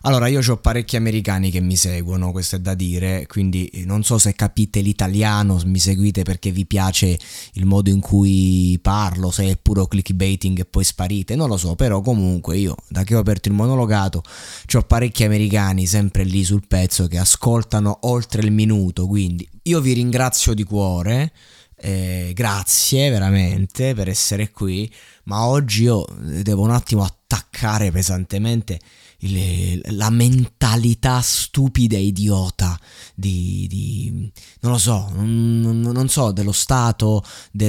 Allora, io ho parecchi americani che mi seguono, questo è da dire, quindi non so se capite l'italiano, mi seguite perché vi piace il modo in cui parlo, se è puro clickbaiting e poi sparite, non lo so, però comunque io, da che ho aperto il monologato, ho parecchi americani sempre lì sul pezzo che ascoltano oltre il minuto, quindi io vi ringrazio di cuore. Grazie veramente per essere qui, ma oggi io devo un attimo attaccare pesantemente la mentalità stupida e idiota non lo so, non so, dello Stato,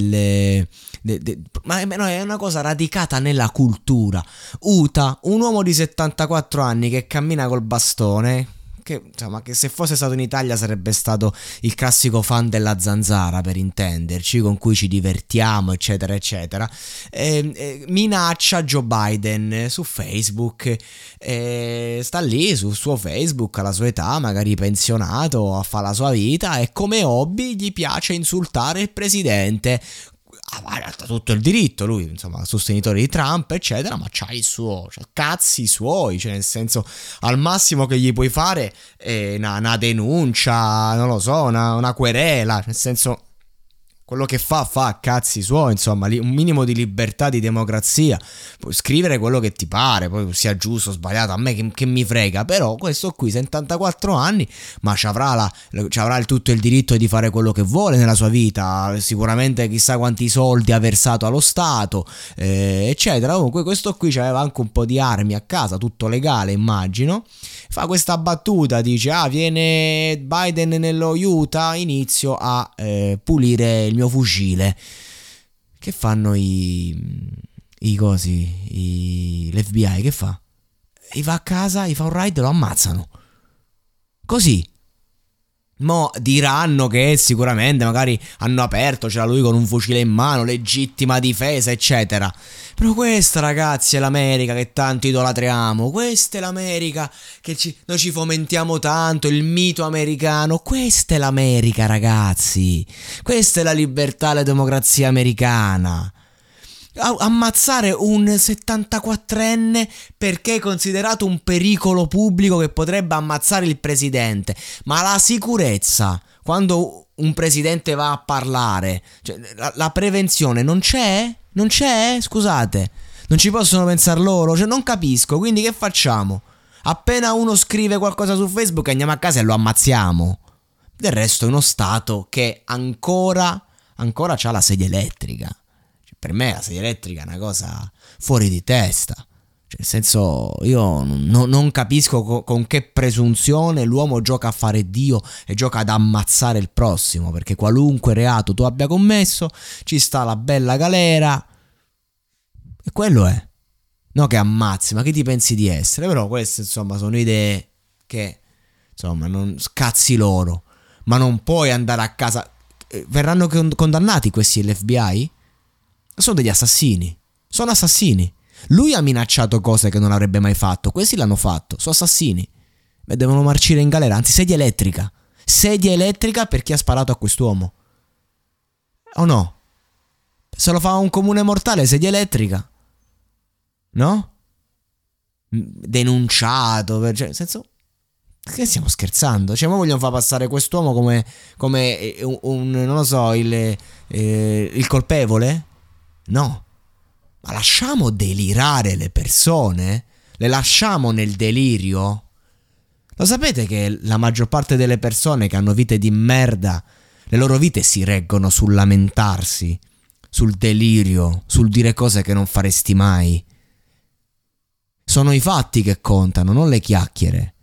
ma no, è una cosa radicata nella cultura. Uta, un uomo di 74 anni che cammina col bastone, che insomma, che se fosse stato in Italia sarebbe stato il classico fan della zanzara, per intenderci, con cui ci divertiamo eccetera eccetera, minaccia Joe Biden su Facebook, sta lì sul suo Facebook alla sua età, magari pensionato, a fare la sua vita, e come hobby gli piace insultare il presidente. Ha tutto il diritto, lui insomma sostenitore di Trump eccetera, ma c'ha il suo, c'ha cazzi suoi, cioè nel senso, al massimo che gli puoi fare è una denuncia, non lo so, una querela, nel senso, quello che fa a cazzi suoi, insomma, un minimo di libertà, di democrazia, puoi scrivere quello che ti pare, poi sia giusto o sbagliato, a me che mi frega, però questo qui 74 anni, ma c'avrà tutto il diritto di fare quello che vuole nella sua vita, sicuramente chissà quanti soldi ha versato allo Stato, eccetera. Comunque questo qui c'aveva anche un po' di armi a casa, tutto legale immagino, fa questa battuta, dice viene Biden nello Utah, inizio a pulire il mio fucile. Che fanno l'FBI che fa? Gli va a casa, gli fa un raid e lo ammazzano. Così. Mo diranno che sicuramente magari hanno aperto, c'era lui con un fucile in mano, legittima difesa eccetera. Però questa, ragazzi, è l'America che tanto idolatriamo. Questa è l'America che noi ci fomentiamo tanto, il mito americano. Questa è l'America, ragazzi. Questa è la libertà e la democrazia americana. Ammazzare un 74enne perché è considerato un pericolo pubblico che potrebbe ammazzare il presidente. Ma la sicurezza, quando un presidente va a parlare, cioè, la prevenzione non c'è? Non c'è? Scusate, non ci possono pensare loro? Cioè, non capisco, quindi che facciamo? Appena uno scrive qualcosa su Facebook andiamo a casa e lo ammazziamo. Del resto è uno stato che ancora c'ha la sedia elettrica. Per me la sedia elettrica è una cosa fuori di testa. Cioè, nel senso, io non capisco con che presunzione l'uomo gioca a fare Dio e gioca ad ammazzare il prossimo, perché qualunque reato tu abbia commesso ci sta la bella galera e quello è. No che ammazzi, ma che ti pensi di essere? Però queste insomma sono idee che insomma non scazzi loro, ma non puoi andare a casa. Verranno condannati questi l'FBI? Sono degli assassini. Sono assassini. Lui ha minacciato cose che non avrebbe mai fatto. Questi l'hanno fatto. Sono assassini. E devono marcire in galera. Anzi, sedia elettrica. Sedia elettrica per chi ha sparato a quest'uomo. O no? Se lo fa un comune mortale, sedia elettrica. No? Denunciato. Cioè, nel senso, che stiamo scherzando? Cioè, ma vogliono far passare quest'uomo come un non lo so, il colpevole? No, ma lasciamo delirare le persone? Le lasciamo nel delirio? Lo sapete che la maggior parte delle persone che hanno vite di merda, le loro vite si reggono sul lamentarsi, sul delirio, sul dire cose che non faresti mai? Sono i fatti che contano, non le chiacchiere.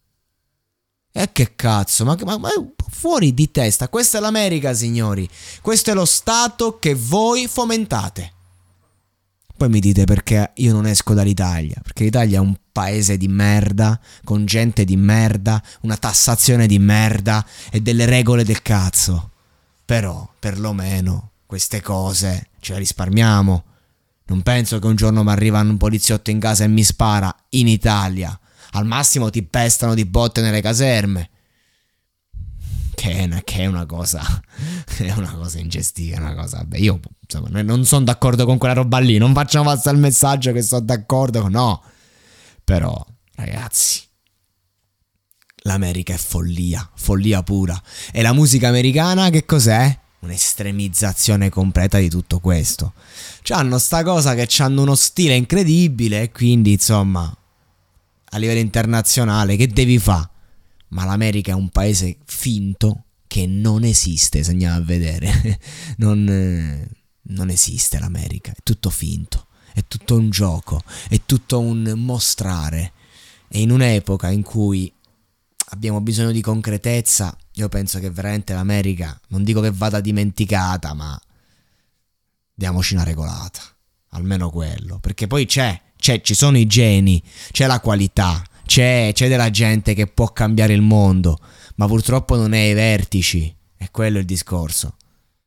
E che cazzo, ma fuori di testa. Questa è l'America, signori. Questo è lo Stato che voi fomentate. Poi mi dite perché io non esco dall'Italia. Perché l'Italia è un paese di merda, con gente di merda, una tassazione di merda e delle regole del cazzo. Però, perlomeno, queste cose ce le risparmiamo. Non penso che un giorno mi arriva un poliziotto in casa e mi spara in Italia. Al massimo ti pestano di botte nelle caserme. Che è una cosa ingestita, una cosa. Vabbè, io insomma, non sono d'accordo con quella roba lì. Non facciamo passare il messaggio che sono d'accordo. No. Però, ragazzi, l'America è follia, follia pura. E la musica americana che cos'è? Un'estremizzazione completa di tutto questo. C'hanno sta cosa che c'hanno uno stile incredibile e quindi insomma a livello internazionale che devi fare? Ma l'America è un paese finto che non esiste, se andiamo a vedere. non esiste l'America, è tutto finto, è tutto un gioco, è tutto un mostrare. E in un'epoca in cui abbiamo bisogno di concretezza, io penso che veramente l'America, non dico che vada dimenticata, ma diamoci una regolata, almeno quello, perché poi ci sono i geni, c'è la qualità, c'è della gente che può cambiare il mondo, ma purtroppo non è ai vertici, è quello il discorso.